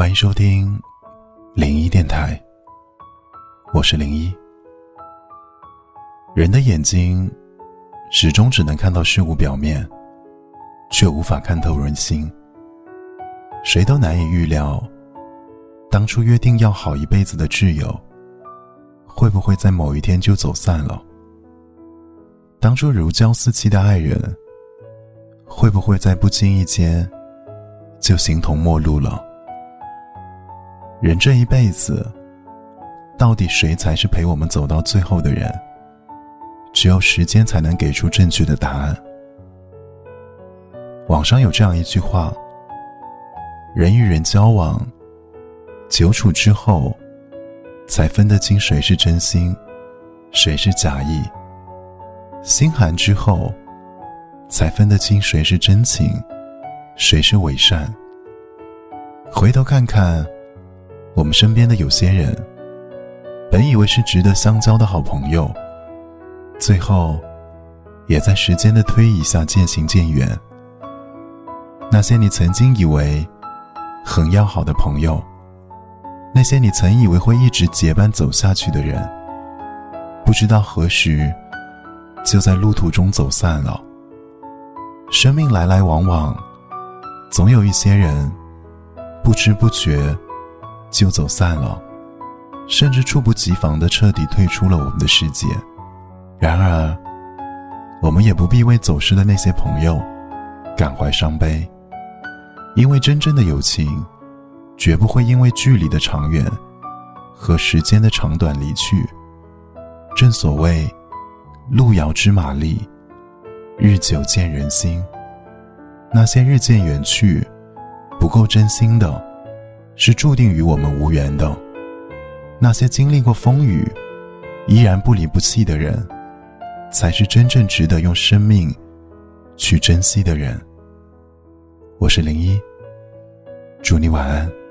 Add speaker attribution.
Speaker 1: 欢迎收听01电台，我是01。人的眼睛始终只能看到事物表面，却无法看透人心。谁都难以预料，当初约定要好一辈子的挚友，会不会在某一天就走散了？当初如胶似漆的爱人，会不会在不经意间就形同陌路了？人这一辈子，到底谁才是陪我们走到最后的人？只有时间才能给出正确的答案。网上有这样一句话：人与人交往，久处之后，才分得清谁是真心，谁是假意；心寒之后，才分得清谁是真情，谁是伪善。回头看看我们身边的有些人，本以为是值得相交的好朋友，最后也在时间的推移下渐行渐远。那些你曾经以为很要好的朋友，那些你曾以为会一直结伴走下去的人，不知道何时就在路途中走散了。生命来来往往，总有一些人不知不觉就走散了，甚至猝不及防地彻底退出了我们的世界。然而我们也不必为走失的那些朋友感怀伤悲，因为真正的友情绝不会因为距离的长远和时间的长短离去。正所谓路遥知马力，日久见人心。那些日渐远去不够真心的，是注定与我们无缘的。那些经历过风雨依然不离不弃的人，才是真正值得用生命去珍惜的人。我是01，祝你晚安。